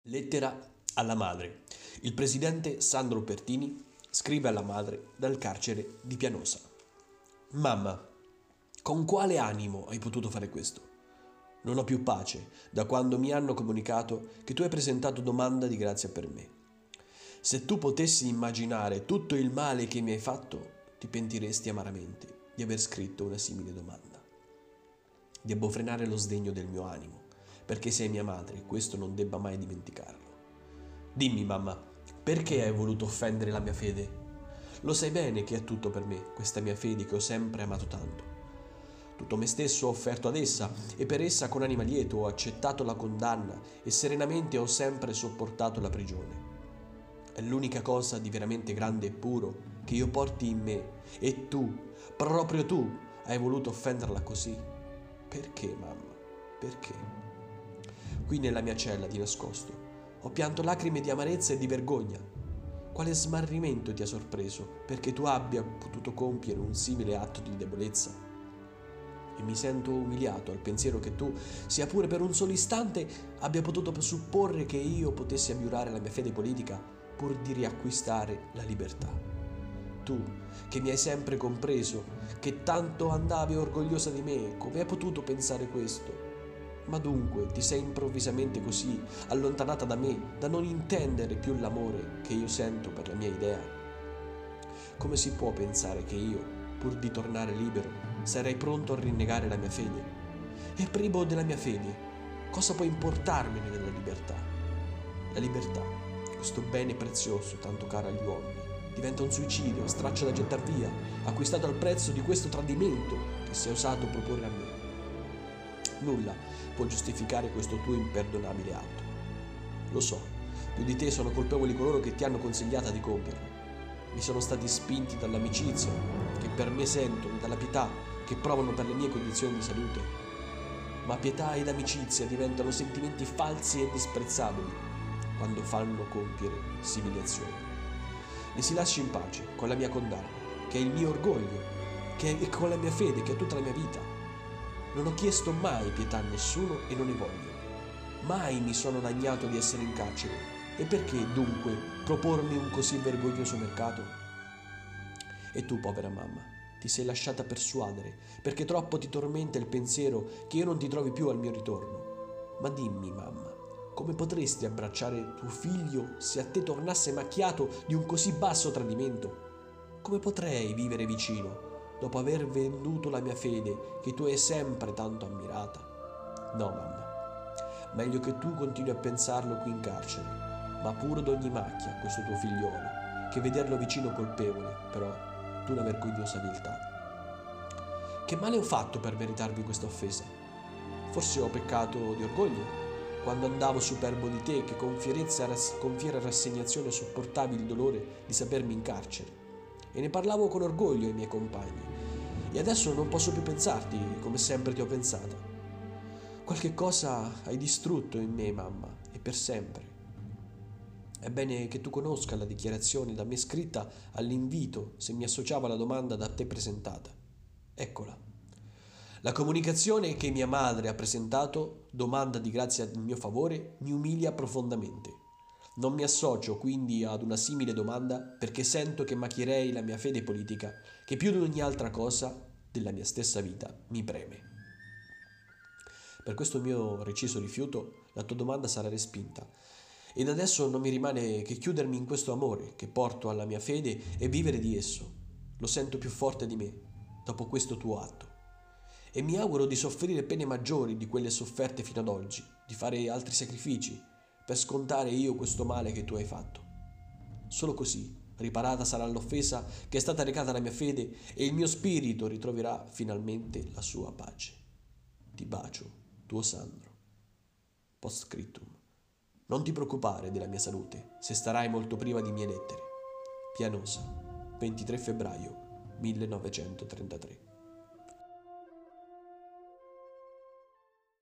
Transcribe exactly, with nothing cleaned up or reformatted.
Lettera alla madre. Il presidente Sandro Pertini scrive alla madre dal carcere di Pianosa. Mamma, con quale animo hai potuto fare questo? Non ho più pace da quando mi hanno comunicato che tu hai presentato domanda di grazia per me. Se tu potessi immaginare tutto il male che mi hai fatto, ti pentiresti amaramente di aver scritto una simile domanda. Debbo frenare lo sdegno del mio animo, perché sei mia madre e questo non debba mai dimenticarlo. Dimmi, mamma, perché hai voluto offendere la mia fede? Lo sai bene che è tutto per me, questa mia fede che ho sempre amato tanto. Tutto me stesso ho offerto ad essa e per essa con anima lieto ho accettato la condanna e serenamente ho sempre sopportato la prigione. È l'unica cosa di veramente grande e puro che io porti in me e tu, proprio tu, hai voluto offenderla così. Perché, mamma? Perché? Qui nella mia cella di nascosto ho pianto lacrime di amarezza e di vergogna. Quale smarrimento ti ha sorpreso perché tu abbia potuto compiere un simile atto di debolezza? E mi sento umiliato al pensiero che tu, sia pure per un solo istante, abbia potuto supporre che io potessi abiurare la mia fede politica pur di riacquistare la libertà. Tu, che mi hai sempre compreso, che tanto andavi orgogliosa di me, come hai potuto pensare questo? Ma dunque ti sei improvvisamente così allontanata da me da non intendere più l'amore che io sento per la mia idea? Come si può pensare che io, pur di tornare libero, sarei pronto a rinnegare la mia fede? E privo della mia fede, cosa può importarmene della libertà? La libertà, questo bene prezioso tanto caro agli uomini, diventa un suicidio, straccio da gettar via, acquistato al prezzo di questo tradimento che si è osato proporre a me. Nulla può giustificare questo tuo imperdonabile atto. Lo so, più di te sono colpevoli coloro che ti hanno consigliata di compierlo. Mi sono stati spinti dall'amicizia che per me sentono, dalla pietà che provano per le mie condizioni di salute. Ma pietà ed amicizia diventano sentimenti falsi e disprezzabili quando fanno compiere simili azioni. Mi si lasci in pace con la mia condanna, che è il mio orgoglio, che è con la mia fede, che è tutta la mia vita. Non ho chiesto mai pietà a nessuno e non ne voglio. Mai mi sono lagnato di essere in carcere. E perché, dunque, propormi un così vergognoso mercato? E tu, povera mamma, ti sei lasciata persuadere, perché troppo ti tormenta il pensiero che io non ti trovi più al mio ritorno. Ma dimmi, mamma, come potresti abbracciare tuo figlio se a te tornasse macchiato di un così basso tradimento? Come potrei vivere vicino dopo aver venduto la mia fede che tu hai sempre tanto ammirata? No, mamma, meglio che tu continui a pensarlo qui in carcere, ma puro d'ogni macchia questo tuo figliolo, che vederlo vicino colpevole, però, d'una vergognosa viltà. Che male ho fatto per meritarvi questa offesa? Forse ho peccato di orgoglio, quando andavo superbo di te che con fierezza e con fiera rassegnazione sopportavi il dolore di sapermi in carcere. E ne parlavo con orgoglio ai miei compagni. E adesso non posso più pensarti come sempre ti ho pensata. Qualche cosa hai distrutto in me, mamma, e per sempre. È bene che tu conosca la dichiarazione da me scritta all'invito se mi associavo alla domanda da te presentata. Eccola. La comunicazione che mia madre ha presentato, domanda di grazia in mio favore, mi umilia profondamente. Non mi associo quindi ad una simile domanda perché sento che macchierei la mia fede politica, che più di ogni altra cosa della mia stessa vita mi preme. Per questo mio reciso rifiuto, la tua domanda sarà respinta, ed adesso non mi rimane che chiudermi in questo amore che porto alla mia fede e vivere di esso. Lo sento più forte di me, dopo questo tuo atto. E mi auguro di soffrire pene maggiori di quelle sofferte fino ad oggi, di fare altri sacrifici, per scontare io questo male che tu hai fatto. Solo così riparata sarà l'offesa che è stata recata alla mia fede e il mio spirito ritroverà finalmente la sua pace. Ti bacio, tuo Sandro. Post scriptum. Non ti preoccupare della mia salute, se starai molto priva di mie lettere. Pianosa, ventitré febbraio millenovecentotrentatré.